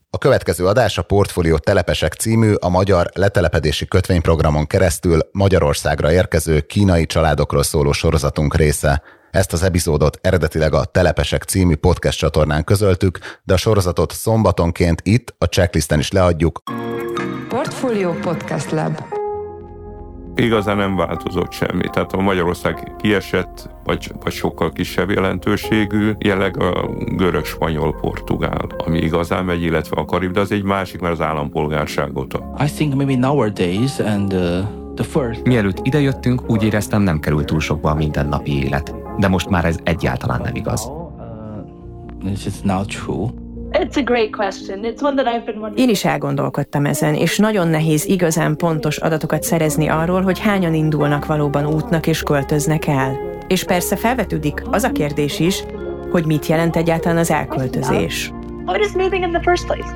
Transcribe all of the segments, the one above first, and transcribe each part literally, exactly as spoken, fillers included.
A következő adás a Portfólió Telepesek című, a magyar letelepedési kötvényprogramon keresztül Magyarországra érkező kínai családokról szóló sorozatunk része. Ezt az epizódot eredetileg a Telepesek című podcast csatornán közöltük, de a sorozatot szombatonként itt, a checklisten is leadjuk. Portfólió Podcast Lab. Igazán nem változott semmi. Tehát a Magyarország kiesett, vagy, vagy sokkal kisebb jelentőségű, jelenleg a görög, spanyol, portugál, ami igazán megy, illetve a karib, de az egy másik, mert az állampolgárságot ad. I think maybe nowadays and uh, the first... Mielőtt idejöttünk, úgy éreztem, nem került túl sokba a mindennapi élet. De most már ez egyáltalán nem igaz. This is not true. It's a great question. It's one that I've been wondering. Én is elgondolkodtam ezen, és nagyon nehéz igazán pontos adatokat szerezni arról, hogy hányan indulnak valóban útnak és költöznek el. És persze felvetődik az a kérdés is, hogy mit jelent egyáltalán az elköltözés. What is moving in the first place?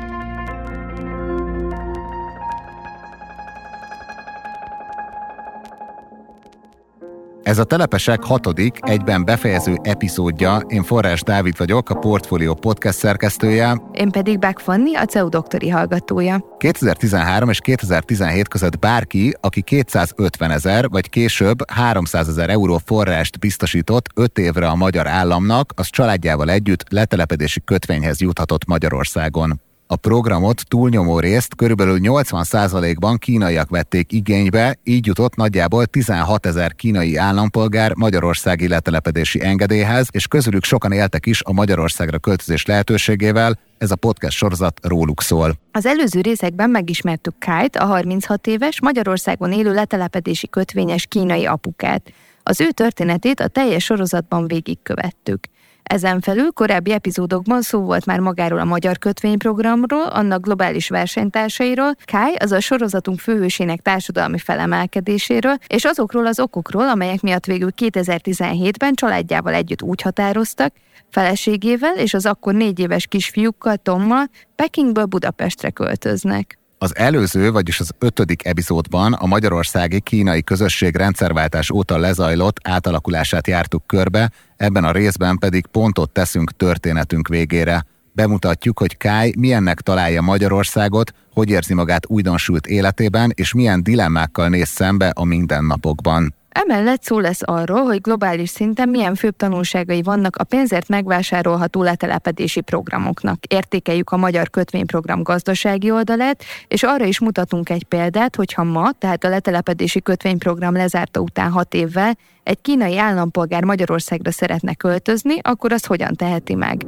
Ez a Telepesek hatodik, egyben befejező epizódja. Én Forrás Dávid vagyok, a Portfólió podcast szerkesztője. Én pedig Bák Fanni, a cé e u doktori hallgatója. kétezer-tizenhárom és kétezer-tizenhét között bárki, aki kétszázötvenezer vagy később háromszázezer euró forrást biztosított öt évre a magyar államnak, az családjával együtt letelepedési kötvényhez juthatott Magyarországon. A programot túlnyomó részt körülbelül nyolcvan százalékban kínaiak vették igénybe, így jutott nagyjából tizenhatezer kínai állampolgár magyarországi letelepedési engedélyhez, és közülük sokan éltek is a Magyarországra költözés lehetőségével. Ez a podcast sorozat róluk szól. Az előző részekben megismertük Kait, a harminchat éves, Magyarországon élő letelepedési kötvényes kínai apukát. Az ő történetét a teljes sorozatban végigkövettük. Ezen felül korábbi epizódokban szó volt már magáról a magyar kötvényprogramról, annak globális versenytársairól, Kai, az a sorozatunk főhősének társadalmi felemelkedéséről, és azokról az okokról, amelyek miatt végül kétezer-tizenhétben családjával együtt úgy határoztak, feleségével és az akkor négy éves kisfiúkkal, Tommal Pekingből Budapestre költöznek. Az előző, vagyis az ötödik epizódban a magyarországi kínai közösség rendszerváltás óta lezajlott átalakulását jártuk körbe, ebben a részben pedig pontot teszünk történetünk végére. Bemutatjuk, hogy Kai milyennek találja Magyarországot, hogy érzi magát újdonsült életében, és milyen dilemmákkal néz szembe a mindennapokban. Emellett szó lesz arról, hogy globális szinten milyen főbb tanulságai vannak a pénzért megvásárolható letelepedési programoknak. Értékeljük a magyar kötvényprogram gazdasági oldalát, és arra is mutatunk egy példát, hogyha ma, tehát a letelepedési kötvényprogram lezárta után hat évvel egy kínai állampolgár Magyarországra szeretne költözni, akkor azt hogyan teheti meg?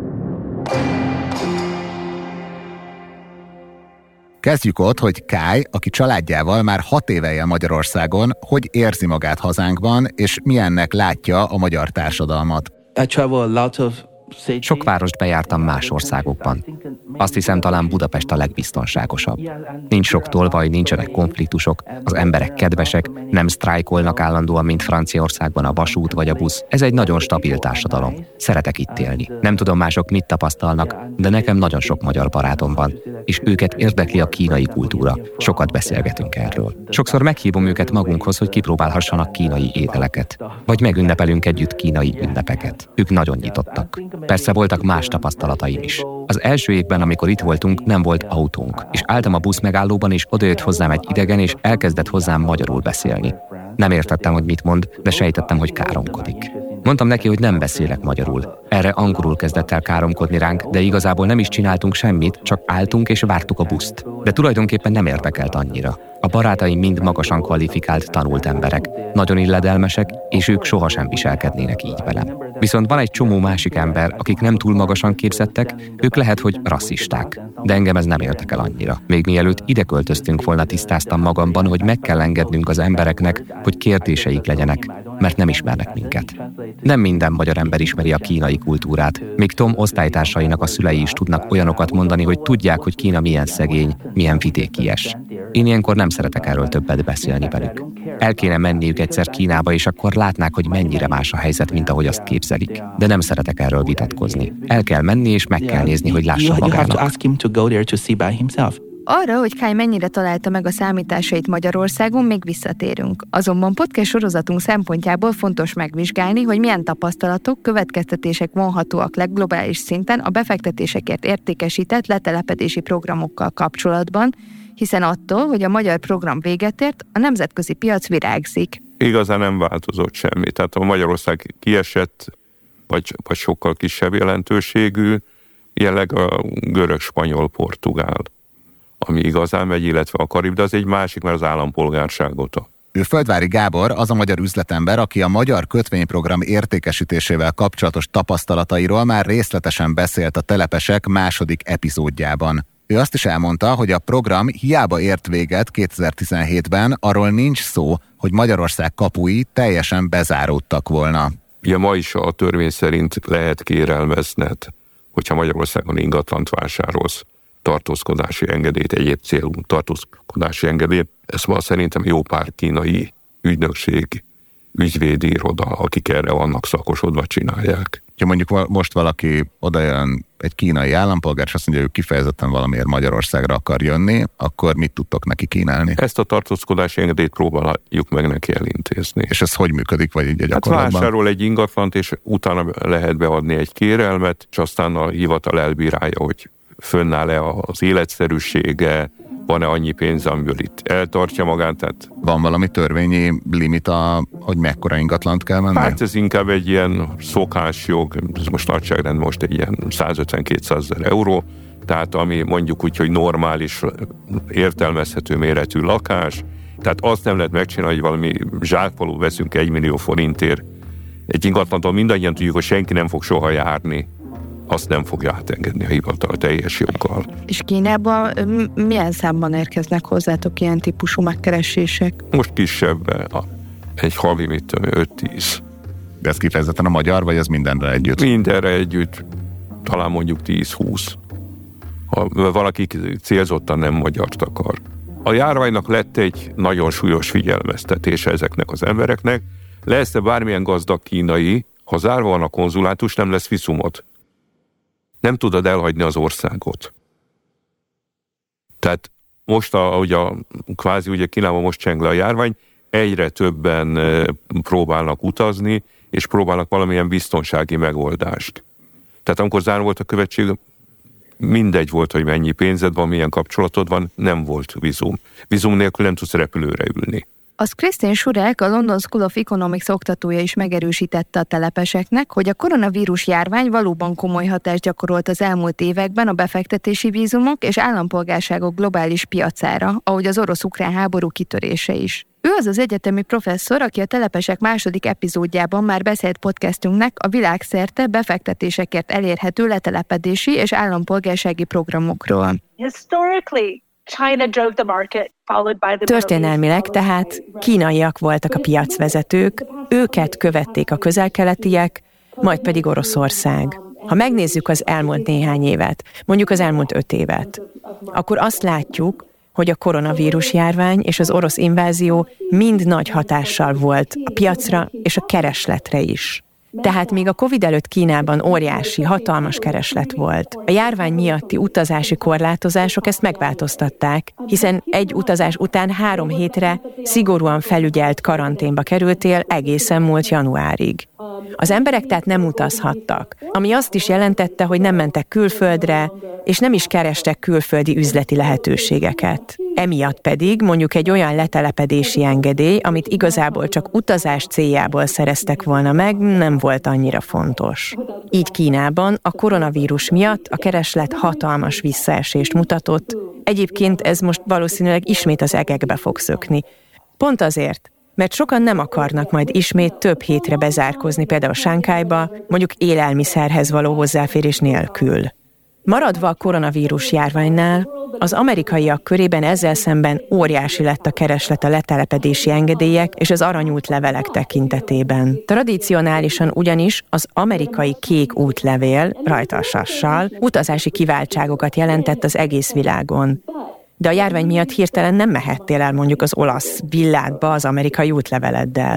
Kezdjük ott, hogy Kai, aki családjával már hat éve él Magyarországon, hogy érzi magát hazánkban, és milyennek látja a magyar társadalmat. I travel a lot of Sok várost bejártam más országokban. Azt hiszem, talán Budapest a legbiztonságosabb. Nincs sok tolvaj, nincsenek konfliktusok, az emberek kedvesek, nem sztrájkolnak állandóan, mint Franciaországban a vasút vagy a busz. Ez egy nagyon stabil társadalom. Szeretek itt élni. Nem tudom mások mit tapasztalnak, de nekem nagyon sok magyar barátom van, és őket érdekli a kínai kultúra. Sokat beszélgetünk erről. Sokszor meghívom őket magunkhoz, hogy kipróbálhassanak kínai ételeket, vagy megünnepelünk együtt kínai ünnepeket. Ők nagyon nyitottak. Persze voltak más tapasztalataim is. Az első évben, amikor itt voltunk, nem volt autónk, és álltam a busz megállóban, és odajött hozzám egy idegen, és elkezdett hozzám magyarul beszélni. Nem értettem, hogy mit mond, de sejtettem, hogy káromkodik. Mondtam neki, hogy nem beszélek magyarul. Erre angolul kezdett el káromkodni ránk, de igazából nem is csináltunk semmit, csak álltunk és vártuk a buszt. De tulajdonképpen nem érdekelt annyira. A barátaim mind magasan kvalifikált, tanult emberek, nagyon illedelmesek, és ők sohasem viselkednének így velem. Viszont van egy csomó másik ember, akik nem túl magasan képzettek, ők lehet, hogy rasszisták. De engem ez nem érdekel annyira. Még mielőtt ide költöztünk volna, tisztáztam magamban, hogy meg kell engednünk az embereknek, hogy kérdéseik legyenek, mert nem ismernek minket. Nem minden magyar ember ismeri a kínai kultúrát. Még Tom osztálytársainak a szülei is tudnak olyanokat mondani, hogy tudják, hogy Kína milyen szegény, milyen vidékies. Én ilyenkor nem szeretek erről többet beszélni velük. El kéne menniük egyszer Kínába, és akkor látnák, hogy mennyire más a helyzet, mint ahogy azt képzelik. De nem szeretek erről vitatkozni. El kell menni, és meg kell nézni, hogy lássa magának. Arra, hogy Kai mennyire találta meg a számításait Magyarországon, még visszatérünk. Azonban podcast sorozatunk szempontjából fontos megvizsgálni, hogy milyen tapasztalatok, következtetések vonhatóak le globális szinten a befektetésekért értékesített letelepedési programokkal kapcsolatban, hiszen attól, hogy a magyar program véget ért, a nemzetközi piac virágzik. Igazán nem változott semmi. Tehát a Magyarország kiesett, vagy, vagy sokkal kisebb jelentőségű, jelleg a görög, spanyol, portugál, ami igazán megy, illetve a karib, de az egy másik, mert az állampolgárságot a Ő Földvári Gábor, az a magyar üzletember, aki a magyar kötvényprogram értékesítésével kapcsolatos tapasztalatairól már részletesen beszélt a Telepesek második epizódjában. Ő azt is elmondta, hogy a program hiába ért véget kétezer-tizenhétben, arról nincs szó, hogy Magyarország kapui teljesen bezáródtak volna. Ugye ma is a törvény szerint lehet kérelmezned, hogyha Magyarországon ingatlant vásárolsz, tartózkodási engedélyt, egyéb célú tartózkodási engedélyt. Ezt ma szerintem jó pár kínai ügynökség, ügyvédi iroda, akik erre vannak szakosodva, csinálják. Ha mondjuk most valaki odajön, egy kínai állampolgár, és azt mondja, hogy kifejezetten valamiért Magyarországra akar jönni, akkor mit tudtok neki kínálni? Ezt a tartózkodási engedélyt próbáljuk meg neki elintézni. És ez hogy működik, vagy így a gyakorlatban? Hát vásárol egy ingatlant, és utána lehet beadni egy kérelmet, és aztán a hivatal elbírálja, hogy fönnáll-e az életszerűsége, van-e annyi pénz, amiből itt eltartja magát. Tehát... Van valami törvényi limit, a, hogy mekkora ingatlant kell menni? Hát ez inkább egy ilyen szokásjog, ez most nagyságrend most egy ilyen százötven-kétszázezer euró, tehát ami mondjuk úgy, hogy normális, értelmezhető méretű lakás, tehát azt nem lehet megcsinálni, hogy valami zsákfalú veszünk egy millió forintért egy ingatlantól, mindannyian tudjuk, hogy senki nem fog soha járni, azt nem fogja átengedni a hivatal teljes joggal. És Kínában milyen számban érkeznek hozzátok ilyen típusú megkeresések? Most kisebb, egy havi, mit tudom, öt-tíz. De ez kifejezetten a magyar, vagy ez mindenre együtt? Mindenre együtt, talán mondjuk tíz-húsz. Ha valaki célzottan nem magyart akar. A járványnak lett egy nagyon súlyos figyelmeztetése ezeknek az embereknek. Lesz-e bármilyen gazdag kínai, ha zárva van a konzulátus, nem lesz viszumot. Nem tudod elhagyni az országot. Tehát most, ahogy a kvázi ugye Kínában most cseng le a járvány, egyre többen próbálnak utazni, és próbálnak valamilyen biztonsági megoldást. Tehát amikor zárva volt a követség, mindegy volt, hogy mennyi pénzed van, milyen kapcsolatod van, nem volt vízum. Vízum nélkül nem tudsz repülőre ülni. Az Christine Schurek, a London School of Economics oktatója is megerősítette a telepeseknek, hogy a koronavírus járvány valóban komoly hatást gyakorolt az elmúlt években a befektetési vízumok és állampolgárságok globális piacára, ahogy az orosz-ukrán háború kitörése is. Ő az az egyetemi professzor, aki a Telepesek második epizódjában már beszélt podcastünknek a világszerte befektetésekért elérhető letelepedési és állampolgársági programokról. Historically, China drove the market, followed by the Történelmileg tehát kínaiak voltak a piacvezetők, őket követték a közel-keletiek, majd pedig Oroszország. Ha megnézzük az elmúlt néhány évet, mondjuk az elmúlt öt évet, akkor azt látjuk, hogy a koronavírus járvány és az orosz invázió mind nagy hatással volt a piacra és a keresletre is. Tehát még a Covid előtt Kínában óriási, hatalmas kereslet volt. A járvány miatti utazási korlátozások ezt megváltoztatták, hiszen egy utazás után három hétre szigorúan felügyelt karanténba kerültél egészen múlt januárig. Az emberek tehát nem utazhattak, ami azt is jelentette, hogy nem mentek külföldre, és nem is kerestek külföldi üzleti lehetőségeket. Emiatt pedig mondjuk egy olyan letelepedési engedély, amit igazából csak utazás céljából szereztek volna meg, nem volt annyira fontos. Így Kínában a koronavírus miatt a kereslet hatalmas visszaesést mutatott, egyébként ez most valószínűleg ismét az egekbe fog szökni. Pont azért, mert sokan nem akarnak majd ismét több hétre bezárkozni például Sánkhájba, mondjuk élelmiszerhez való hozzáférés nélkül. Maradva a koronavírus járványnál, az amerikaiak körében ezzel szemben óriási lett a kereslet a letelepedési engedélyek és az aranyútlevelek tekintetében. Tradicionálisan ugyanis az amerikai kék útlevél, rajta a sassal, utazási kiváltságokat jelentett az egész világon. De a járvány miatt hirtelen nem mehettél el mondjuk az olasz villákba az amerikai útleveleddel.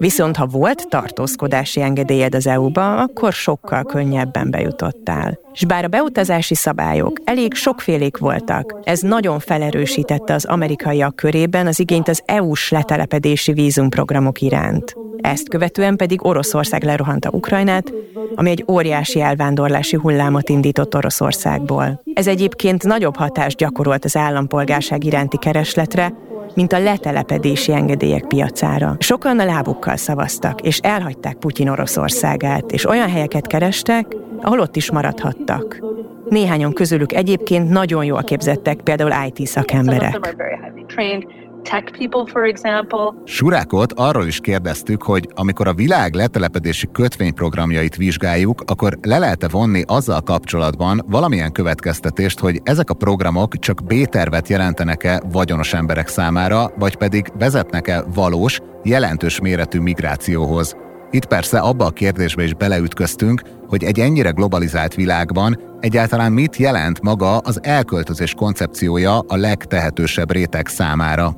Viszont ha volt tartózkodási engedélyed az é u-ba, akkor sokkal könnyebben bejutottál. És bár a beutazási szabályok elég sokfélék voltak, ez nagyon felerősítette az amerikaiak körében az igényt az é u-s letelepedési vízumprogramok iránt. Ezt követően pedig Oroszország lerohanta Ukrajnát, ami egy óriási elvándorlási hullámot indított Oroszországból. Ez egyébként nagyobb hatást gyakorolt az állampolgárság iránti keresletre, mint a letelepedési engedélyek piacára. Sokan a lábukkal szavaztak, és elhagyták Putyin Oroszországát, és olyan helyeket kerestek, ahol ott is maradhattak. Néhányan közülük egyébként nagyon jól képzettek, például í té szakemberek. Tech people, for example. Surákot arról is kérdeztük, hogy amikor a világ letelepedési kötvényprogramjait vizsgáljuk, akkor le lehet-e vonni azzal kapcsolatban valamilyen következtetést, hogy ezek a programok csak B-tervet jelentenek-e vagyonos emberek számára, vagy pedig vezetnek-e valós, jelentős méretű migrációhoz. Itt persze abba a kérdésbe is beleütköztünk, hogy egy ennyire globalizált világban egyáltalán mit jelent maga az elköltözés koncepciója a legtehetősebb réteg számára.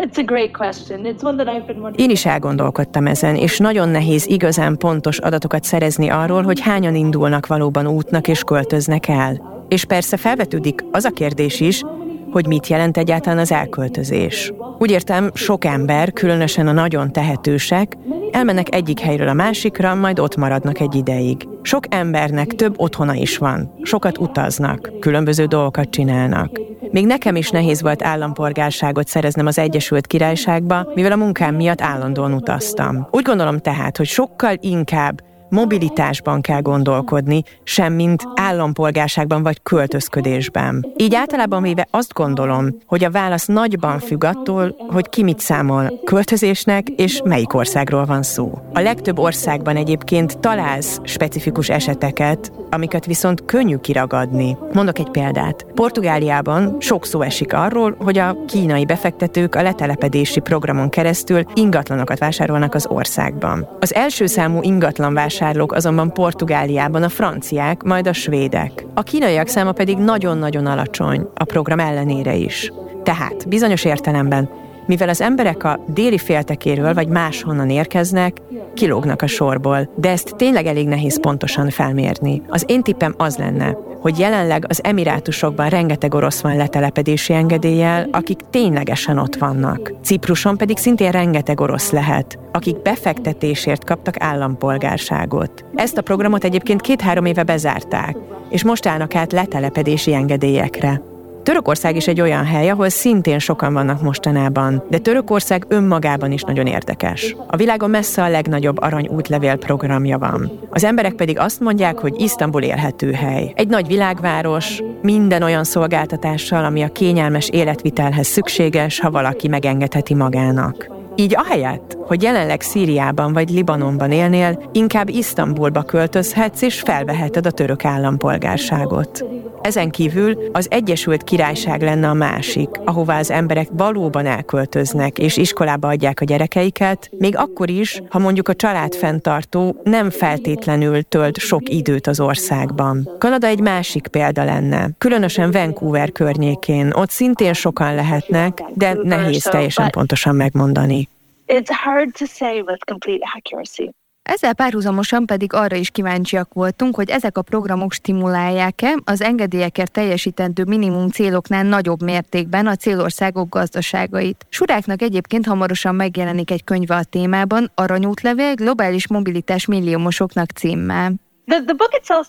Én is elgondolkodtam ezen, és nagyon nehéz igazán pontos adatokat szerezni arról, hogy hányan indulnak valóban útnak és költöznek el. És persze felvetődik az a kérdés is, hogy mit jelent egyáltalán az elköltözés. Úgy értem, sok ember, különösen a nagyon tehetősek, elmennek egyik helyről a másikra, majd ott maradnak egy ideig. Sok embernek több otthona is van, sokat utaznak, különböző dolgokat csinálnak. Még nekem is nehéz volt állampolgárságot szereznem az Egyesült Királyságba, mivel a munkám miatt állandóan utaztam. Úgy gondolom tehát, hogy sokkal inkább mobilitásban kell gondolkodni, semmint állampolgárságban vagy költözködésben. Így általában véve azt gondolom, hogy a válasz nagyban függ attól, hogy ki mit számol költözésnek, és melyik országról van szó. A legtöbb országban egyébként találsz specifikus eseteket, amiket viszont könnyű kiragadni. Mondok egy példát. Portugáliában sok szó esik arról, hogy a kínai befektetők a letelepedési programon keresztül ingatlanokat vásárolnak az országban. Az első számú ingatlan vásárlók azonban Portugáliában a franciák, majd a svédek. A kínaiak száma pedig nagyon-nagyon alacsony, a program ellenére is. Tehát bizonyos értelemben, mivel az emberek a déli féltekéről vagy máshonnan érkeznek, kilógnak a sorból, de ezt tényleg elég nehéz pontosan felmérni. Az én tippem az lenne, hogy jelenleg az Emirátusokban rengeteg orosz van letelepedési engedéllyel, akik ténylegesen ott vannak. Cipruson pedig szintén rengeteg orosz lehet, akik befektetésért kaptak állampolgárságot. Ezt a programot egyébként két-három éve bezárták, és most állnak át letelepedési engedélyekre. Törökország is egy olyan hely, ahol szintén sokan vannak mostanában, de Törökország önmagában is nagyon érdekes. A világon messze a legnagyobb arany útlevél programja van. Az emberek pedig azt mondják, hogy Isztambul élhető hely. Egy nagy világváros, minden olyan szolgáltatással, ami a kényelmes életvitelhez szükséges, ha valaki megengedheti magának. Így ahelyett, hogy jelenleg Szíriában vagy Libanonban élnél, inkább Isztambulba költözhetsz és felveheted a török állampolgárságot. Ezen kívül az Egyesült Királyság lenne a másik, ahová az emberek valóban elköltöznek és iskolába adják a gyerekeiket, még akkor is, ha mondjuk a családfenntartó nem feltétlenül tölt sok időt az országban. Kanada egy másik példa lenne, különösen Vancouver környékén, ott szintén sokan lehetnek, de nehéz teljesen pontosan megmondani. It's hard to say with complete accuracy. Ezzel párhuzamosan pedig arra is kíváncsiak voltunk, hogy ezek a programok stimulálják-e az engedélyekért teljesítendő minimum céloknál nagyobb mértékben a célországok gazdaságait. Suráknak egyébként hamarosan megjelenik egy könyve a témában, Aranyútlevél, globális mobilitás milliómosoknak címmel. The, the book itself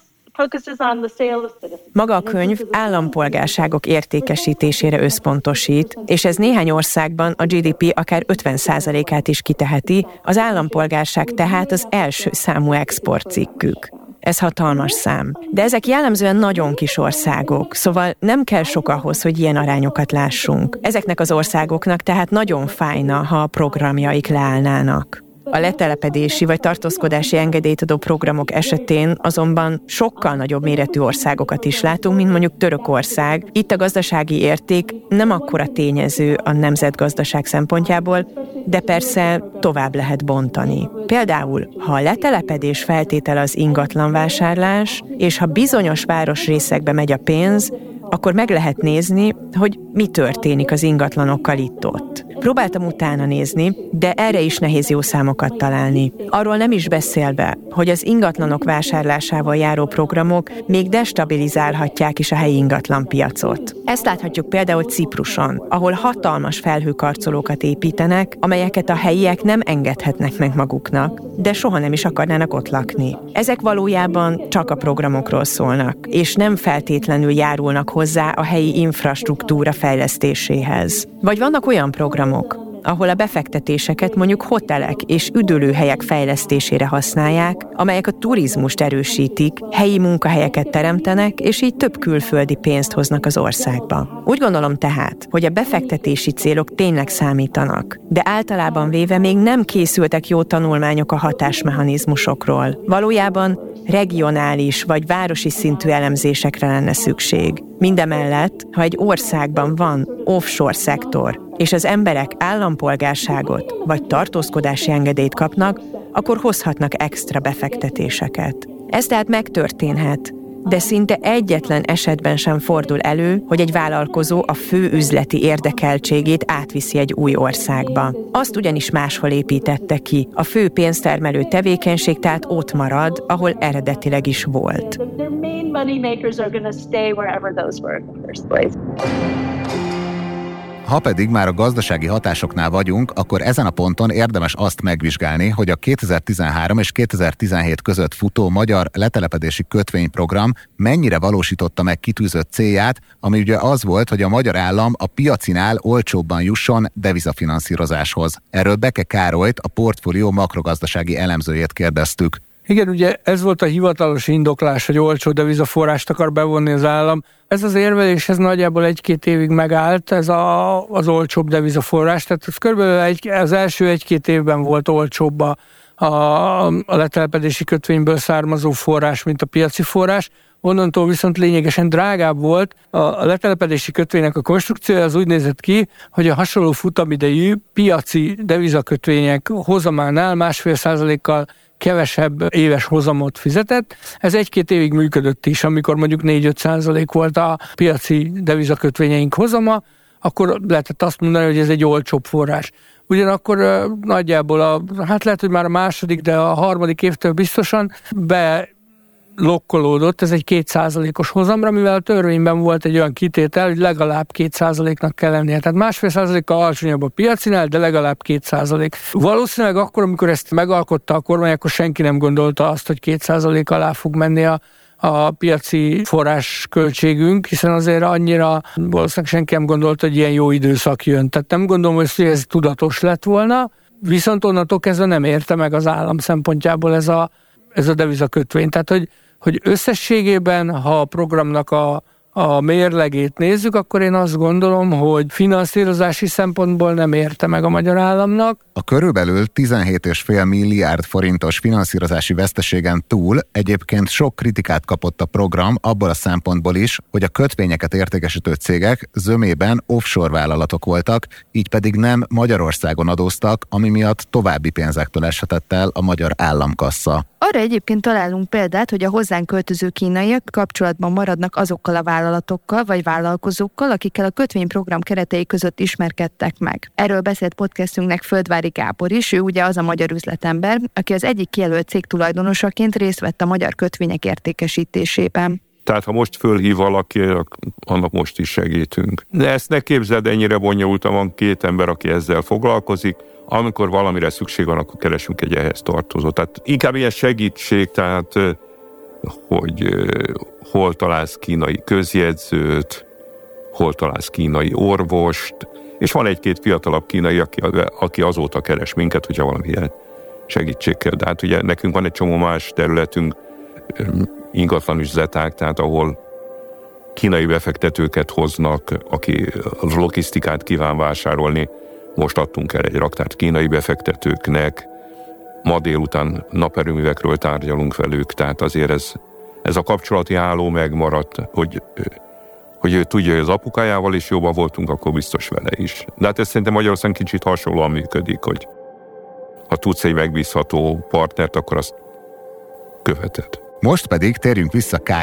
Maga a könyv állampolgárságok értékesítésére összpontosít, és ez néhány országban a gé dé pé akár ötven százalékát is kiteheti, az állampolgárság tehát az első számú exportcikkük. Ez hatalmas szám. De ezek jellemzően nagyon kis országok, szóval nem kell sok ahhoz, hogy ilyen arányokat lássunk. Ezeknek az országoknak tehát nagyon fájna, ha a programjaik leállnának. A letelepedési vagy tartózkodási engedélyt adó programok esetén azonban sokkal nagyobb méretű országokat is látunk, mint mondjuk Törökország. Itt a gazdasági érték nem akkora tényező a nemzetgazdaság szempontjából, de persze tovább lehet bontani. Például, ha a letelepedés feltétele az ingatlanvásárlás, és ha bizonyos városrészekbe megy a pénz, akkor meg lehet nézni, hogy mi történik az ingatlanokkal itt-ott. Próbáltam utána nézni, de erre is nehéz jó számokat találni. Arról nem is beszélve, hogy az ingatlanok vásárlásával járó programok még destabilizálhatják is a helyi ingatlanpiacot. Ezt láthatjuk például Cipruson, ahol hatalmas felhőkarcolókat építenek, amelyeket a helyiek nem engedhetnek meg maguknak, de soha nem is akarnának ott lakni. Ezek valójában csak a programokról szólnak, és nem feltétlenül járulnak hozzá a helyi infrastruktúra fejlesztéséhez. Vagy vannak olyan programok, ahol a befektetéseket mondjuk hotelek és üdülőhelyek fejlesztésére használják, amelyek a turizmust erősítik, helyi munkahelyeket teremtenek, és így több külföldi pénzt hoznak az országba. Úgy gondolom tehát, hogy a befektetési célok tényleg számítanak, de általában véve még nem készültek jó tanulmányok a hatásmechanizmusokról. Valójában regionális vagy városi szintű elemzésekre lenne szükség. Mindemellett, ha egy országban van offshore szektor, és az emberek állampolgárságot vagy tartózkodási engedélyt kapnak, akkor hozhatnak extra befektetéseket. Ez tehát megtörténhet, de szinte egyetlen esetben sem fordul elő, hogy egy vállalkozó a fő üzleti érdekeltségét átviszi egy új országba. Azt ugyanis máshol építette ki. A fő pénztermelő tevékenység tehát ott marad, ahol eredetileg is volt. Ha pedig már a gazdasági hatásoknál vagyunk, akkor ezen a ponton érdemes azt megvizsgálni, hogy a kétezer-tizenhárom és kétezer-tizenhét között futó magyar letelepedési kötvényprogram mennyire valósította meg kitűzött célját, ami ugye az volt, hogy a magyar állam a piacinál olcsóbban jusson devizafinanszírozáshoz. Erről Beke Károlyt, a Portfólió makrogazdasági elemzőjét kérdeztük. Igen, ugye ez volt a hivatalos indoklás, hogy olcsó devizaforrást akar bevonni az állam. Ez az érvelés, ez nagyjából egy-két évig megállt, ez a, az olcsóbb devizaforrás. Tehát ez körülbelül egy, az első egy-két évben volt olcsóbb a, a, a letelepedési kötvényből származó forrás, mint a piaci forrás. Onnantól viszont lényegesen drágább volt. A, a letelepedési kötvénynek a konstrukciója az úgy nézett ki, hogy a hasonló futamidejű piaci devizakötvények hozamánál másfél százalékkal kevesebb éves hozamot fizetett. Ez egy-két évig működött is, amikor mondjuk négy-öt százalék volt a piaci devizakötvényeink hozama, akkor lehetett azt mondani, hogy ez egy olcsóbb forrás. Ugyanakkor nagyjából, a, hát lehet, hogy már a második, de a harmadik évtől biztosan be lokkolódott, ez egy két százalékos hozamra, mivel a törvényben volt egy olyan kitétel, hogy legalább két százaléknak kell lennie. Tehát másfél százalékkal alacsonyabb a piacinál, de legalább két százalék. Valószínűleg akkor, amikor ezt megalkotta a kormány, akkor senki nem gondolta azt, hogy két százalék alá fog menni a, a piaci forrás költségünk, hiszen azért annyira valószínűleg senki nem gondolta, hogy ilyen jó időszak jön. Tehát nem gondolom, hogy ez tudatos lett volna, viszont onnantól kezdve nem érte meg az állam szempontjából ez a ez a devizakötvény. Tehát, hogy, hogy összességében, ha a programnak a, a mérlegét nézzük, akkor én azt gondolom, hogy finanszírozási szempontból nem érte meg a magyar államnak. A körülbelül tizenhét egész öt milliárd forintos finanszírozási veszteségen túl egyébként sok kritikát kapott a program abból a szempontból is, hogy a kötvényeket értékesítő cégek zömében offshore vállalatok voltak, így pedig nem Magyarországon adóztak, ami miatt további pénzektől eshetett el a magyar államkassa. Arra egyébként találunk példát, hogy a hozzánk költöző kínaiak kapcsolatban maradnak azokkal a vállalatokkal vagy vállalkozókkal, akikkel a kötvényprogram keretei között ismerkedtek meg. Erről beszélt podcastünknek Földvári Gábor is, ő ugye az a magyar üzletember, aki az egyik kijelölt cég tulajdonosaként részt vett a magyar kötvények értékesítésében. Tehát ha most fölhív valaki, annak most is segítünk. De ezt ne képzeld, ennyire bonyolultan, van két ember, aki ezzel foglalkozik. Amikor valamire szükség van, akkor keresünk egy ehhez tartozó. Tehát inkább ilyen segítség, tehát hogy hol találsz kínai közjegyzőt, hol találsz kínai orvost, és van egy-két fiatalabb kínai, aki, aki azóta keres minket, hogyha valamilyen segítség kell. De hát ugye nekünk van egy csomó más területünk, ingatlan üzleták, tehát ahol kínai befektetőket hoznak, aki logisztikát kíván vásárolni. Most adtunk el egy raktárt kínai befektetőknek, ma délután naperőművekről tárgyalunk velük, tehát azért ez, ez a kapcsolati háló megmaradt, hogy, hogy ő tudja, hogy az apukájával is jobban voltunk, akkor biztos vele is. De hát ez szerintem Magyarországon kicsit hasonlóan működik, hogy ha tudsz egy megbízható partnert, akkor azt követed. Most pedig térjünk vissza Kályra.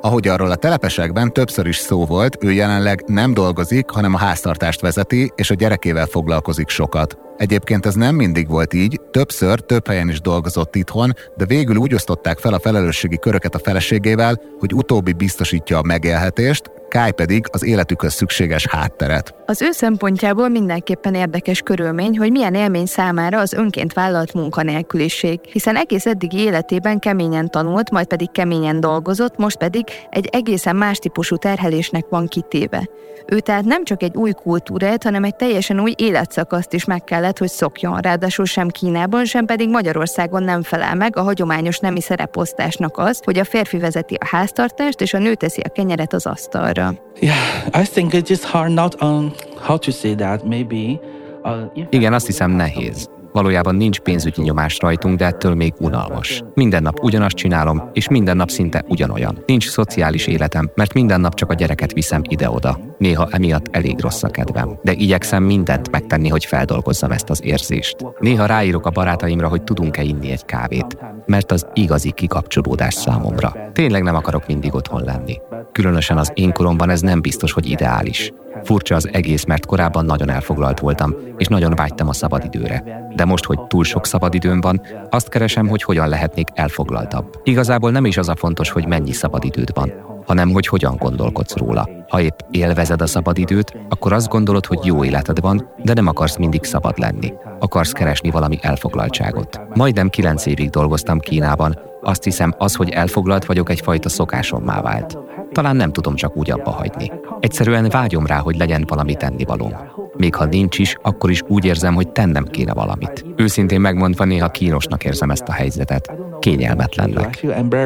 Ahogy arról a telepesekben többször is szó volt, ő jelenleg nem dolgozik, hanem a háztartást vezeti, és a gyerekével foglalkozik sokat. Egyébként ez nem mindig volt így, többször, több helyen is dolgozott itthon, de végül úgy osztották fel a felelősségi köröket a feleségével, hogy utóbbi biztosítja a megélhetést, Kai pedig az életükhöz szükséges hátteret. Az ő szempontjából mindenképpen érdekes körülmény, hogy milyen élmény számára az önként vállalt munkanélküliség, hiszen egész eddigi életében keményen tanult, majd pedig keményen dolgozott, most pedig egy egészen más típusú terhelésnek van kitéve. Ő tehát nem csak egy új kultúrát, hanem egy teljesen új életszakaszt is meg kellett, hogy szokjon, ráadásul sem Kínában, sem pedig Magyarországon nem felel meg a hagyományos nemi szereposztásnak az, hogy a férfi vezeti a háztartást, és a nő teszi a kenyeret az asztalra. Yeah, I think it is hard not on how to say that, maybe. Uh, Igen, azt hiszem nehéz. Valójában nincs pénzügyi nyomás rajtunk, de ettől még unalmas. Minden nap ugyanazt csinálom, és minden nap szinte ugyanolyan. Nincs szociális életem, mert minden nap csak a gyereket viszem ide-oda. Néha emiatt elég rossz a kedvem, de igyekszem mindent megtenni, hogy feldolgozzam ezt az érzést. Néha ráírok a barátaimra, hogy tudunk-e inni egy kávét, mert az igazi kikapcsolódás számomra. Tényleg nem akarok mindig otthon lenni. Különösen az én koromban ez nem biztos, hogy ideális. Furcsa az egész, mert korábban nagyon elfoglalt voltam, és nagyon vágytam a szabadidőre. De most, hogy túl sok szabadidőm van, azt keresem, hogy hogyan lehetnék elfoglaltabb. Igazából nem is az a fontos, hogy mennyi szabadidőd van, hanem hogy hogyan gondolkodsz róla. Ha épp élvezed a szabadidőt, akkor azt gondolod, hogy jó életed van, de nem akarsz mindig szabad lenni. Akarsz keresni valami elfoglaltságot. Majdnem kilenc évig dolgoztam Kínában. Azt hiszem, az, hogy elfoglalt vagyok, egyfajta szokásommá vált. Talán nem tudom csak úgy abba hagyni. Egyszerűen vágyom rá, hogy legyen valami tennivalóm. Még ha nincs is, akkor is úgy érzem, hogy tennem kéne valamit. Őszintén megmondva, néha kínosnak érzem ezt a helyzetet. Kényelmetlennek.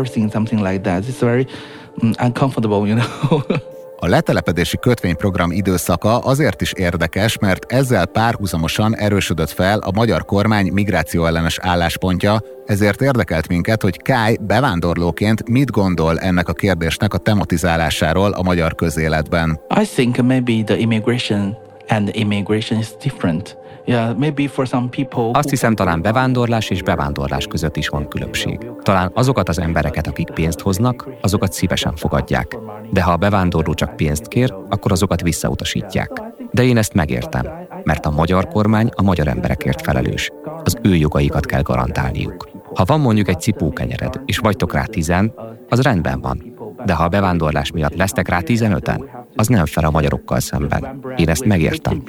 A letelepedési kötvényprogram időszaka azért is érdekes, mert ezzel párhuzamosan erősödött fel a magyar kormány migrációellenes álláspontja, ezért érdekelt minket, hogy Kai bevándorlóként mit gondol ennek a kérdésnek a tematizálásáról a magyar közéletben. I think maybe the immigration and immigration is different. Yeah, maybe for some people. Azt hiszem, talán bevándorlás és bevándorlás között is van különbség. Talán azokat az embereket, akik pénzt hoznak, azokat szívesen fogadják. De ha a bevándorló csak pénzt kér, akkor azokat visszautasítják. De én ezt megértem, mert a magyar kormány a magyar emberekért felelős. Az ő jogaikat kell garantálniuk. Ha van mondjuk egy cipókenyered, és vagytok rá tizen, az rendben van. De ha a bevándorlás miatt lesztek rá tizenöten, az nem fel a magyarokkal szemben. Én ezt megértem.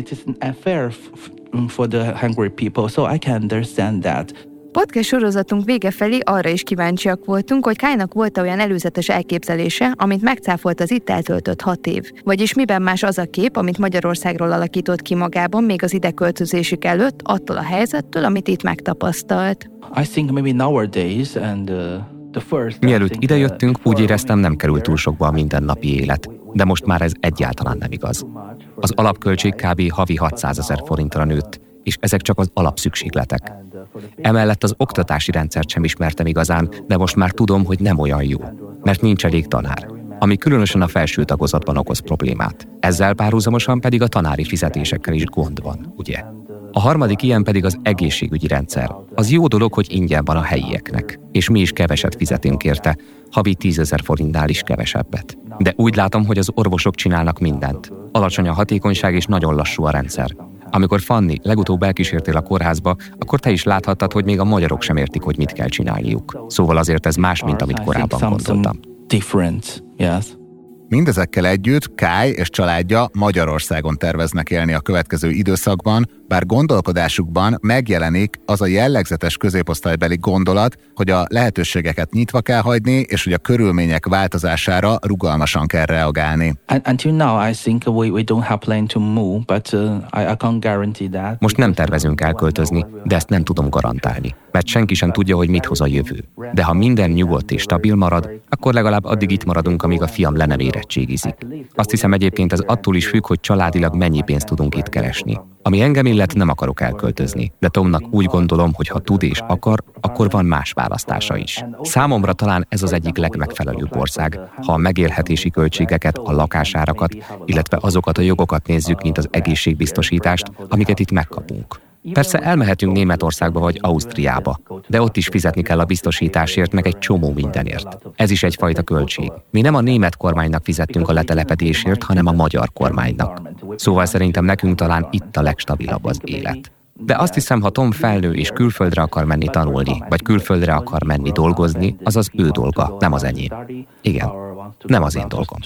Podcast sorozatunk vége felé arra is kíváncsiak voltunk, hogy Kainak volt olyan előzetes elképzelése, amit megcáfolt az itt eltöltött hat év. Vagyis miben más az a kép, amit Magyarországról alakított ki magában még az ide költözésük előtt, attól a helyzettől, amit itt megtapasztalt. I think maybe nowadays and uh... Mielőtt idejöttünk, úgy éreztem, nem került túl sokba a mindennapi élet, de most már ez egyáltalán nem igaz. Az alapköltség kb. Havi hatszázezer forintra nőtt, és ezek csak az alapszükségletek. Emellett az oktatási rendszert sem ismertem igazán, de most már tudom, hogy nem olyan jó, mert nincs elég tanár, ami különösen a felső tagozatban okoz problémát. Ezzel párhuzamosan pedig a tanári fizetésekkel is gond van, ugye? A harmadik ilyen pedig az egészségügyi rendszer. Az jó dolog, hogy ingyen van a helyieknek, és mi is keveset fizetünk érte, havi tízezer forintnál is kevesebbet. De úgy látom, hogy az orvosok csinálnak mindent. Alacsony a hatékonyság és nagyon lassú a rendszer. Amikor Fanni legutóbb elkísértél a kórházba, akkor te is láthattad, hogy még a magyarok sem értik, hogy mit kell csinálniuk. Szóval azért ez más, mint amit korábban gondoltam. Different, yes. Mindezekkel együtt Kai és családja Magyarországon terveznek élni a következő időszakban, bár gondolkodásukban megjelenik az a jellegzetes középosztálybeli gondolat, hogy a lehetőségeket nyitva kell hagyni, és hogy a körülmények változására rugalmasan kell reagálni. Until now, I think we, we don't have plan to move, but uh, I, I can't guarantee that. Most nem tervezünk elköltözni, de ezt nem tudom garantálni, mert senki sem tudja, hogy mit hoz a jövő. De ha minden nyugodt és stabil marad, akkor legalább addig itt maradunk, amíg a fiam le nem érettségizik. Azt hiszem egyébként ez attól is függ, hogy családilag mennyi pénzt tudunk itt keresni. Ami engem illet, nem akarok elköltözni, de Tomnak úgy gondolom, hogy ha tud és akar, akkor van más választása is. Számomra talán ez az egyik legmegfelelőbb ország, ha a megélhetési költségeket, a lakásárakat, illetve azokat a jogokat nézzük, mint az egészségbiztosítást, amiket itt megkapunk. Persze elmehetünk Németországba vagy Ausztriába, de ott is fizetni kell a biztosításért, meg egy csomó mindenért. Ez is egyfajta költség. Mi nem a német kormánynak fizettünk a letelepedésért, hanem a magyar kormánynak. Szóval szerintem nekünk talán itt a legstabilabb az élet. De azt hiszem, ha Tom felnő és külföldre akar menni tanulni, vagy külföldre akar menni dolgozni, az az ő dolga, nem az enyém. Igen, nem az én dolgom.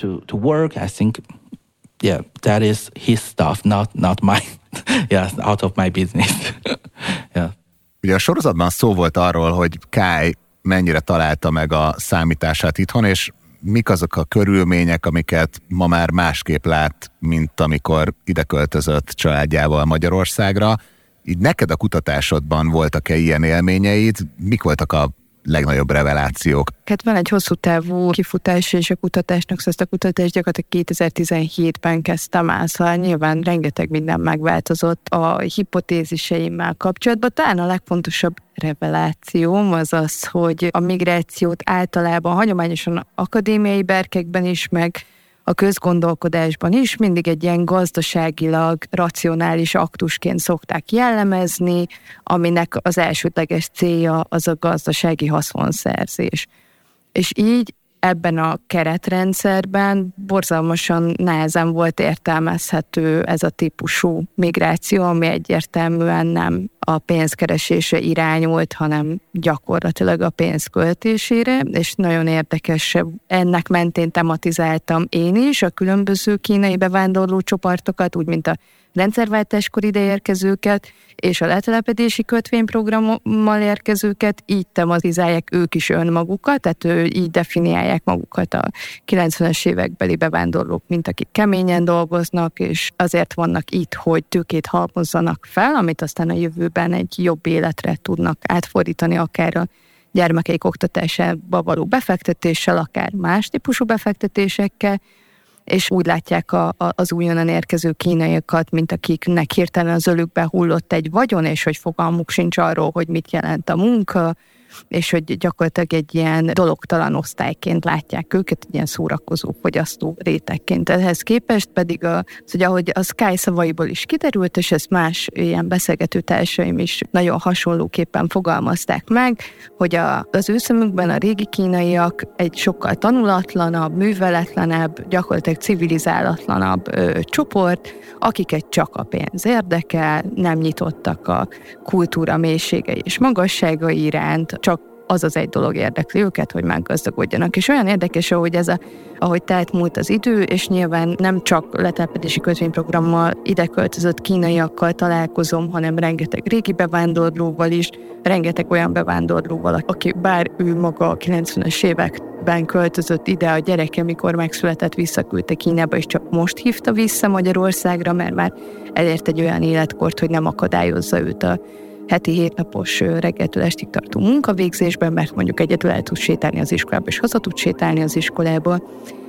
Yeah, that is his stuff, not not mine. Yeah, out of my business. Yeah. Ugye a sorozatban szó volt arról, hogy Kai mennyire találta meg a számítását itthon, és mik azok a körülmények, amiket ma már másképp lát, mint amikor ide költözött családjával Magyarországra. Így neked a kutatásodban voltak-e ilyen élményeid? Mik voltak a legnagyobb revelációk? Hát van egy hosszú távú kifutás, és a kutatásnak, szóval ezt a kutatást gyakorlatilag kétezer-tizenhétben kezdtem el, szóval nyilván rengeteg minden megváltozott a hipotéziseimmel kapcsolatban. Talán a legfontosabb revelációm az az, hogy a migrációt általában hagyományosan akadémiai berkekben is, meg a közgondolkodásban is mindig egy ilyen gazdaságilag racionális aktusként szokták jellemezni, aminek az elsődleges célja az a gazdasági haszonszerzés. És így ebben a keretrendszerben borzalmasan nehezen volt értelmezhető ez a típusú migráció, ami egyértelműen nem a pénzkeresésre irányult, hanem gyakorlatilag a pénz költésére, és nagyon érdekes, ennek mentén tematizáltam én is a különböző kínai bevándorló csoportokat, úgy mint a rendszerváltáskor ide érkezőket, és a letelepedési kötvényprogrammal érkezőket, így tematizálják ők is önmagukat, tehát ő, így definiálják magukat a kilencvenes évekbeli bevándorlók, mint akik keményen dolgoznak, és azért vannak itt, hogy tőkét halmozzanak fel, amit aztán a jövőben egy jobb életre tudnak átfordítani, akár a gyermekeik oktatásába való befektetéssel, akár más típusú befektetésekkel, és úgy látják a, a, az újonnan érkező kínaiakat, mint akiknek hirtelen az ölükbe hullott egy vagyon, és hogy fogalmuk sincs arról, hogy mit jelent a munka, és hogy gyakorlatilag egy ilyen dologtalan osztályként látják őket, egy ilyen szórakozó fogyasztó rétegként. Ehhez képest pedig, a, hogy ahogy a Sky szavaiból is kiderült, és ezt más ilyen beszélgető társaim is nagyon hasonlóképpen fogalmazták meg, hogy a, az ő szemükben a régi kínaiak egy sokkal tanulatlanabb, műveletlenebb, gyakorlatilag civilizálatlanabb ö, csoport, akiket csak a pénz érdekel, nem nyitottak a kultúra mélységei és magasságai iránt, csak az az egy dolog érdekli őket, hogy meggazdagodjanak. És olyan érdekes, ahogy, ez a, ahogy telt múlt az idő, és nyilván nem csak letelepedési kötvényprogrammal ide költözött kínaiakkal találkozom, hanem rengeteg régi bevándorlóval is, rengeteg olyan bevándorlóval, aki bár ő maga a kilencvenes években költözött ide, a gyereke, mikor megszületett, visszaküldte Kínába, és csak most hívta vissza Magyarországra, mert már elért egy olyan életkort, hogy nem akadályozza őt a heti hétnapos reggeltől estig tartó munkavégzésben, mert mondjuk egyedül el tud sétálni az iskolába, és haza tud sétálni az iskolából.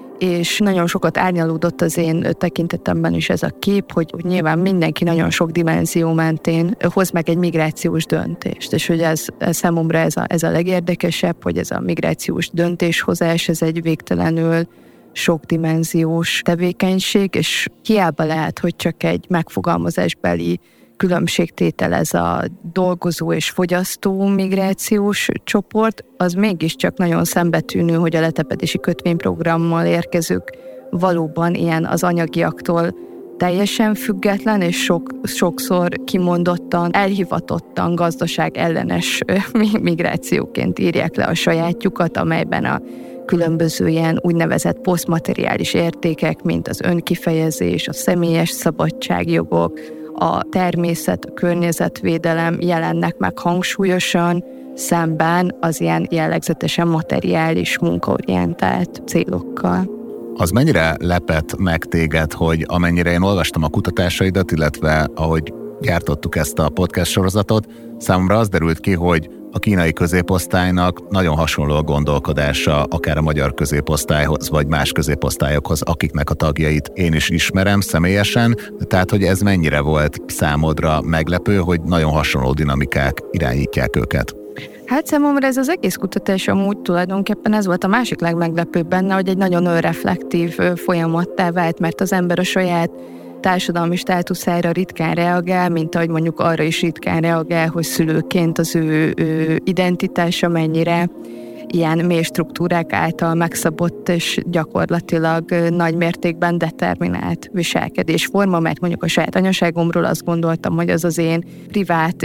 És nagyon sokat árnyalódott az én tekintetemben is ez a kép, hogy nyilván mindenki nagyon sok dimenzió mentén hoz meg egy migrációs döntést. És hogy ez, ez számomra ez a, ez a legérdekesebb, hogy ez a migrációs döntéshozás, ez egy végtelenül sokdimenziós tevékenység, és hiába lehet, hogy csak egy megfogalmazásbeli különbségtétel ez a dolgozó és fogyasztó migrációs csoport, az mégiscsak nagyon szembetűnő, hogy a letelepedési kötvényprogrammal érkezők valóban ilyen az anyagiaktól teljesen független, és sok, sokszor kimondottan, elhivatottan gazdaság ellenes migrációként írják le a sajátjukat, amelyben a különböző ilyen úgynevezett posztmateriális értékek, mint az önkifejezés, a személyes szabadságjogok, a természet, a környezetvédelem jelennek meg hangsúlyosan, szemben az ilyen jellegzetesen materiális, munkaorientált célokkal. Az mennyire lepett meg téged, hogy amennyire én olvastam a kutatásaidat, illetve ahogy gyártottuk ezt a podcast sorozatot, számomra az derült ki, hogy a kínai középosztálynak nagyon hasonló a gondolkodása akár a magyar középosztályhoz, vagy más középosztályokhoz, akiknek a tagjait én is ismerem személyesen, tehát hogy ez mennyire volt számodra meglepő, hogy nagyon hasonló dinamikák irányítják őket? Hát számomra ez az egész kutatás amúgy tulajdonképpen ez volt a másik legmeglepőbb benne, hogy egy nagyon önreflektív folyamattá vált, mert az ember a saját társadalmi státuszára ritkán reagál, mint ahogy mondjuk arra is ritkán reagál, hogy szülőként az ő, ő identitása mennyire ilyen mély struktúrák által megszabott és gyakorlatilag nagy mértékben determinált viselkedésforma, mert mondjuk a saját anyaságomról azt gondoltam, hogy az az én privát,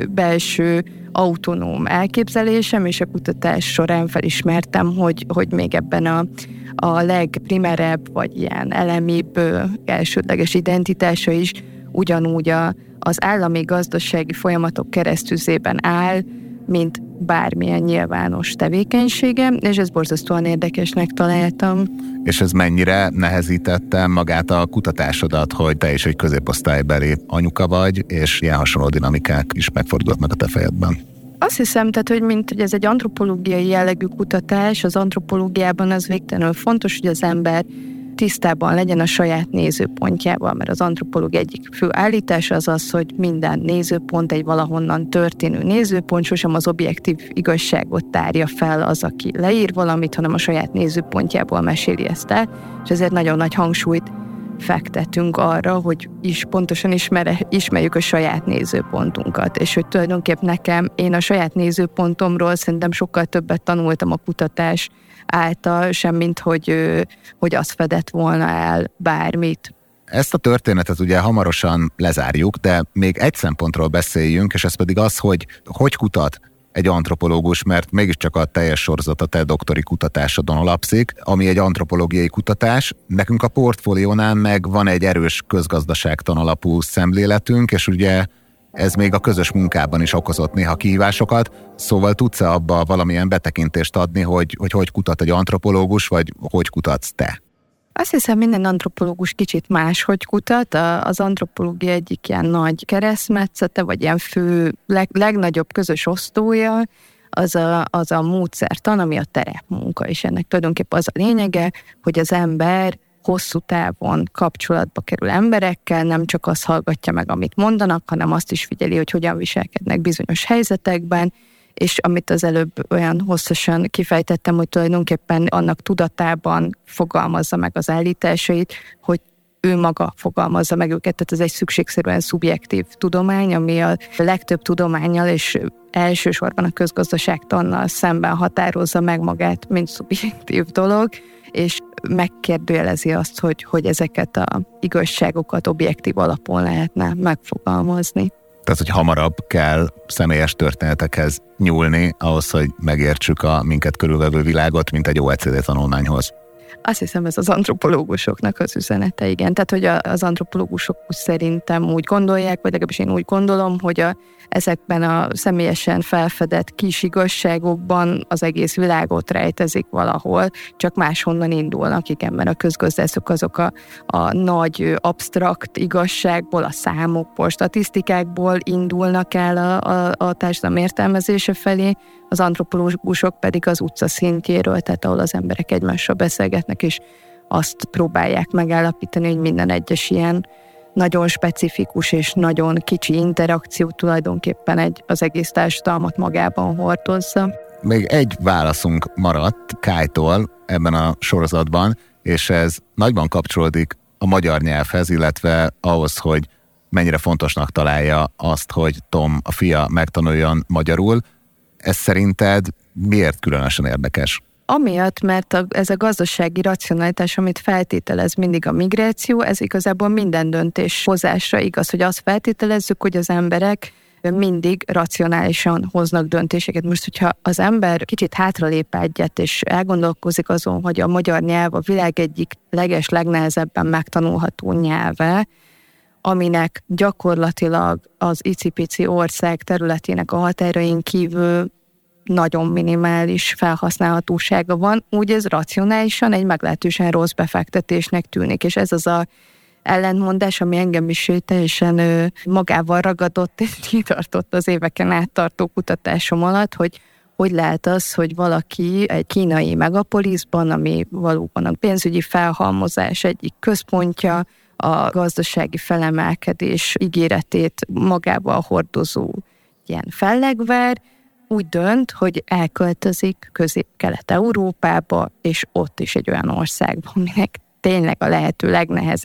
belső, autonóm elképzelésem, és a kutatás során felismertem, hogy, hogy még ebben a, a legprimerebb, vagy ilyen elemibb elsődleges identitása is ugyanúgy a, az állami gazdasági folyamatok keresztüzében áll, mint bármilyen nyilvános tevékenysége, és ez borzasztóan érdekesnek találtam. És ez mennyire nehezítette magát a kutatásodat, hogy te is egy középosztálybeli anyuka vagy, és ilyen hasonló dinamikák is megfordulnak a te fejedben? Azt hiszem, tehát, hogy mint hogy ez egy antropológiai jellegű kutatás, az antropológiában az végtelenül fontos, hogy az ember tisztában legyen a saját nézőpontjával, mert az antropológia egyik fő állítása az az, hogy minden nézőpont egy valahonnan történő nézőpont, sosem az objektív igazságot tárja fel az, aki leír valamit, hanem a saját nézőpontjából meséli ezt el, és ezért nagyon nagy hangsúlyt fektetünk arra, hogy is pontosan ismer, ismerjük a saját nézőpontunkat, és hogy tulajdonképp nekem, én a saját nézőpontomról szerintem sokkal többet tanultam a kutatás által, semmint hogy, hogy azt fedett volna el bármit. Ezt a történetet ugye hamarosan lezárjuk, de még egy szempontról beszéljünk, és ez pedig az, hogy hogy kutat egy antropológus, mert mégiscsak a teljes sorozat a te doktori kutatásodon alapszik, ami egy antropológiai kutatás. Nekünk a portfóliónál meg van egy erős közgazdaságtan alapú szemléletünk, és ugye ez még a közös munkában is okozott néha kihívásokat, szóval tudsz-e abba valamilyen betekintést adni, hogy, hogy hogy kutat egy antropológus, vagy hogy kutatsz te? Azt hiszem, minden antropológus kicsit máshogy kutat. Az antropológia egyik ilyen nagy keresztmetszete, vagy ilyen fő, leg, legnagyobb közös osztója, az a, az a módszertan, ami a terepmunka, és ennek tulajdonképpen az a lényege, hogy az ember hosszú távon kapcsolatba kerül emberekkel, nem csak azt hallgatja meg, amit mondanak, hanem azt is figyeli, hogy hogyan viselkednek bizonyos helyzetekben, és amit az előbb olyan hosszasan kifejtettem, hogy tulajdonképpen annak tudatában fogalmazza meg az állításait, hogy ő maga fogalmazza meg őket, tehát ez egy szükségszerűen szubjektív tudomány, ami a legtöbb tudománnyal és elsősorban a közgazdaságtannal szemben határozza meg magát, mint szubjektív dolog, és megkérdőjelezi azt, hogy, hogy ezeket a igazságokat objektív alapon lehetne megfogalmazni. Tehát, hogy hamarabb kell személyes történetekhez nyúlni, ahhoz, hogy megértsük a minket körülvevő világot, mint egy o e cé dé tanulmányhoz. Azt hiszem, ez az antropológusoknak az üzenete, igen. Tehát, hogy az antropológusok szerintem úgy gondolják, vagy legalábbis én úgy gondolom, hogy a, ezekben a személyesen felfedett kis igazságokban az egész világot rejtezik valahol, csak máshonnan indulnak, igen, mert a közgazdászok azok a, a nagy, absztrakt igazságból, a számokból, statisztikákból indulnak el a, a, a társadalom értelmezése felé, az antropológusok pedig az utca szintjéről, tehát ahol az emberek egymással beszélgetnek, és azt próbálják megállapítani, hogy minden egyes ilyen nagyon specifikus és nagyon kicsi interakció tulajdonképpen egy, az egész társadalmat magában hordozza. Még egy válaszunk maradt Kájtól ebben a sorozatban, és ez nagyban kapcsolódik a magyar nyelvhez, illetve ahhoz, hogy mennyire fontosnak találja azt, hogy Tom, a fia, megtanuljon magyarul. Ez szerinted miért különösen érdekes? Amiatt, mert a, ez a gazdasági racionalitás, amit feltételez mindig a migráció, ez igazából minden döntés hozásra igaz, hogy azt feltételezzük, hogy az emberek mindig racionálisan hoznak döntéseket. Most, hogyha az ember kicsit hátralép egyet, és elgondolkozik azon, hogy a magyar nyelv a világ egyik leges, legnehezebben megtanulható nyelve, aminek gyakorlatilag az icipici ország területének a határain kívül nagyon minimális felhasználhatósága van, úgy ez racionálisan egy meglehetősen rossz befektetésnek tűnik, és ez az a ellentmondás, ami engem is teljesen ő, magával ragadott és kitartott az éveken át tartó kutatásom alatt, hogy hogy lehet az, hogy valaki egy kínai megapoliszban, ami valóban a pénzügyi felhalmozás egyik központja, a gazdasági felemelkedés ígéretét magával hordozó ilyen fellegvár, úgy dönt, hogy elköltözik Közép-Kelet-Európába, és ott is egy olyan országban, aminek tényleg a lehető legnehezebb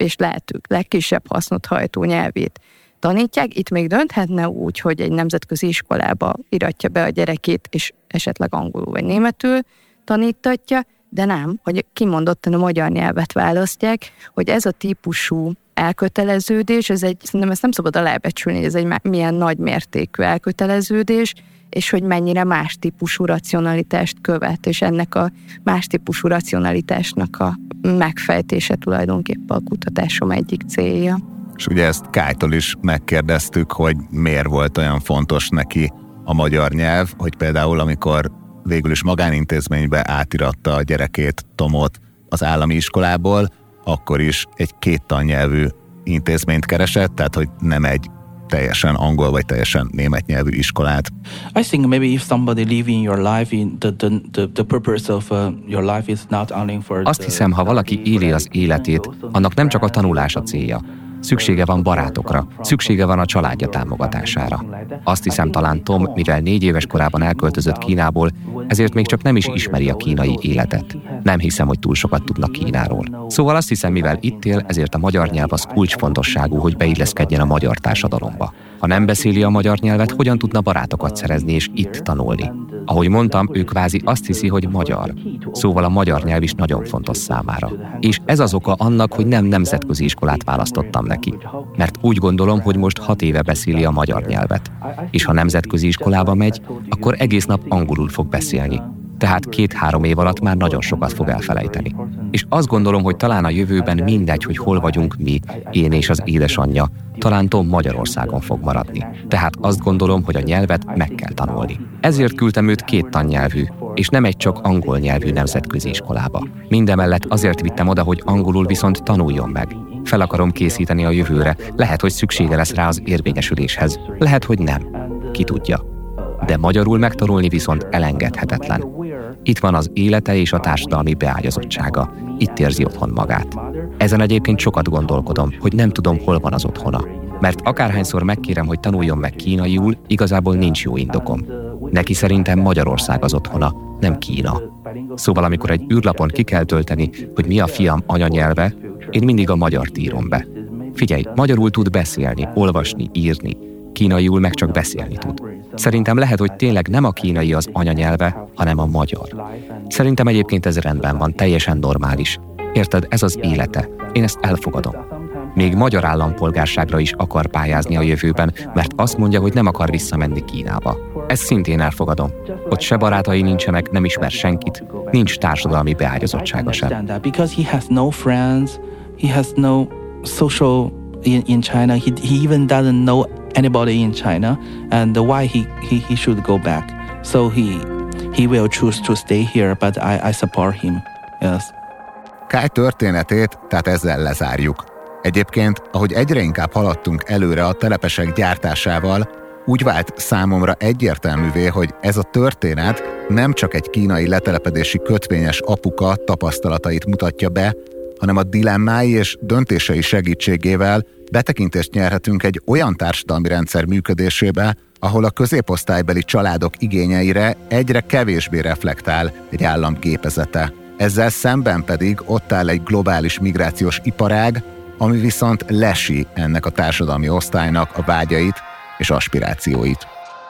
és lehetők legkisebb hasznot hajtó nyelvét tanítják. Itt még dönthetne úgy, hogy egy nemzetközi iskolába iratja be a gyerekét, és esetleg angolul vagy németül tanítatja, de nem, hogy kimondottan a magyar nyelvet választják, hogy ez a típusú elköteleződés, ez egy, szerintem ezt nem szabad alábecsülni, hogy ez egy milyen nagy mértékű elköteleződés, és hogy mennyire más típusú racionalitást követ, és ennek a más típusú racionalitásnak a megfejtése tulajdonképpen a kutatásom egyik célja. És ugye ezt Kájtól is megkérdeztük, hogy miért volt olyan fontos neki a magyar nyelv, hogy például amikor végül is magánintézménybe átiratta a gyerekét, Tomot az állami iskolából, akkor is egy két tannyelvű intézményt keresett, tehát hogy nem egy teljesen angol vagy teljesen német nyelvű iskolát. I think maybe if somebody living your life in the the the, the purpose of uh, your life is not only for. Azt hiszem, ha valaki éli az életét, annak nem csak a tanulás a célja. Szüksége van barátokra, szüksége van a családja támogatására. Azt hiszem, talán Tom, mivel négy éves korában elköltözött Kínából, ezért még csak nem is ismeri a kínai életet. Nem hiszem, hogy túl sokat tudnak Kínáról. Szóval azt hiszem, mivel itt él, ezért a magyar nyelv az kulcsfontosságú, hogy beilleszkedjen a magyar társadalomba. Ha nem beszéli a magyar nyelvet, hogyan tudna barátokat szerezni és itt tanulni? Ahogy mondtam, ő kvázi azt hiszi, hogy magyar. Szóval a magyar nyelv is nagyon fontos számára. És ez az oka annak, hogy nem nemzetközi iskolát választottam neki. Mert úgy gondolom, hogy most hat éve beszéli a magyar nyelvet. És ha nemzetközi iskolába megy, akkor egész nap angolul fog beszélni. Tehát két-három év alatt már nagyon sokat fog elfelejteni. És azt gondolom, hogy talán a jövőben mindegy, hogy hol vagyunk mi, én és az édesanyja, talán Tom Magyarországon fog maradni. Tehát azt gondolom, hogy a nyelvet meg kell tanulni. Ezért küldtem őt két tannyelvű, és nem egy csak angol nyelvű nemzetközi iskolába. Mindemellett azért vittem oda, hogy angolul viszont tanuljon meg. Fel akarom készíteni a jövőre, lehet, hogy szüksége lesz rá az érvényesüléshez, lehet, hogy nem. Ki tudja. De magyarul megtanulni viszont elengedhetetlen. Itt van az élete és a társadalmi beágyazottsága. Itt érzi otthon magát. Ezen egyébként sokat gondolkodom, hogy nem tudom, hol van az otthona. Mert akárhányszor megkérem, hogy tanuljon meg kínaiul, igazából nincs jó indokom. Neki szerintem Magyarország az otthona, nem Kína. Szóval amikor egy űrlapon ki kell tölteni, hogy mi a fiam anyanyelve, én mindig a magyart írom be. Figyelj, magyarul tud beszélni, olvasni, írni. Kínaiul meg csak beszélni tud. Szerintem lehet, hogy tényleg nem a kínai az anyanyelve, hanem a magyar. Szerintem egyébként ez rendben van, teljesen normális. Érted, ez az élete. Én ezt elfogadom. Még magyar állampolgárságra is akar pályázni a jövőben, mert azt mondja, hogy nem akar visszamenni Kínába. Ezt szintén elfogadom. Ott se barátai nincsenek, nem ismer senkit, nincs társadalmi beágyazottsága sem. Because he has no friends, he has no social in, in China, he, he even doesn't know anybody in China, and why he, he, he should go back. So he he will choose to stay here, but I, I support him. Yes. Kai történetét tehát ezzel lezárjuk. Egyébként, ahogy egyre inkább haladtunk előre a telepesek gyártásával, úgy vált számomra egyértelművé, hogy ez a történet nem csak egy kínai letelepedési kötvényes apuka tapasztalatait mutatja be, hanem a dilemmái és döntései segítségével betekintést nyerhetünk egy olyan társadalmi rendszer működésébe, ahol a középosztálybeli családok igényeire egyre kevésbé reflektál egy állam gépezete. Ezzel szemben pedig ott áll egy globális migrációs iparág, ami viszont lesi ennek a társadalmi osztálynak a vágyait és aspirációit.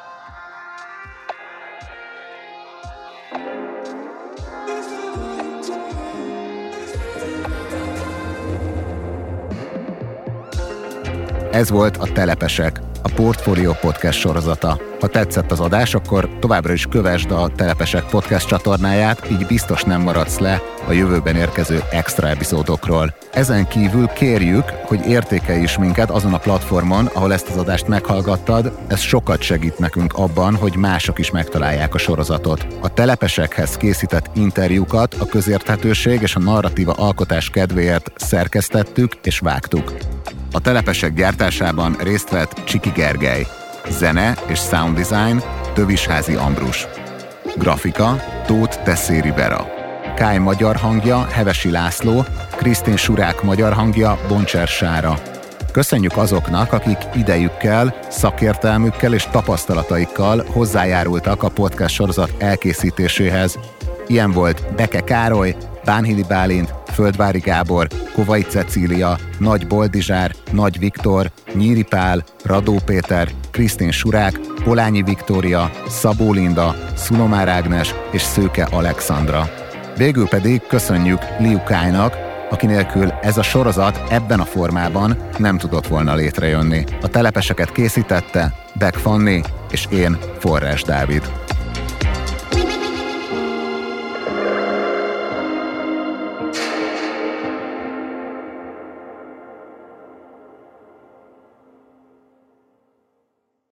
Ez volt a Telepesek, a Portfolio Podcast sorozata. Ha tetszett az adás, akkor továbbra is kövesd a Telepesek podcast csatornáját, így biztos nem maradsz le a jövőben érkező extra epizódokról. Ezen kívül kérjük, hogy értékelj is minket azon a platformon, ahol ezt az adást meghallgattad, ez sokat segít nekünk abban, hogy mások is megtalálják a sorozatot. A Telepesekhez készített interjúkat a közérthetőség és a narratíva alkotás kedvéért szerkesztettük és vágtuk. A Telepesek gyártásában részt vett Csiki Gergely. Zene és sound design Tövisházi Ambrus. Grafika Tóth Tesszéri Vera. Kai magyar hangja Hevesi László, Krisztin Surák magyar hangja Boncser Sára. Köszönjük azoknak, akik idejükkel, szakértelmükkel és tapasztalataikkal hozzájárultak a podcast sorozat elkészítéséhez. Ilyen volt Beke Károly, Bánhidi Bálint, Földvári Gábor, Kovai Cecília, Nagy Boldizsár, Nagy Viktor, Nyíri Pál, Radó Péter, Krisztin Surák, Polányi Viktória, Szabó Linda, Szulomár Ágnes és Szőke Alexandra. Végül pedig köszönjük Liu Kai-nak, aki nélkül ez a sorozat ebben a formában nem tudott volna létrejönni. A telepeseket készítette Beck Fanni és én, Forrás Dávid.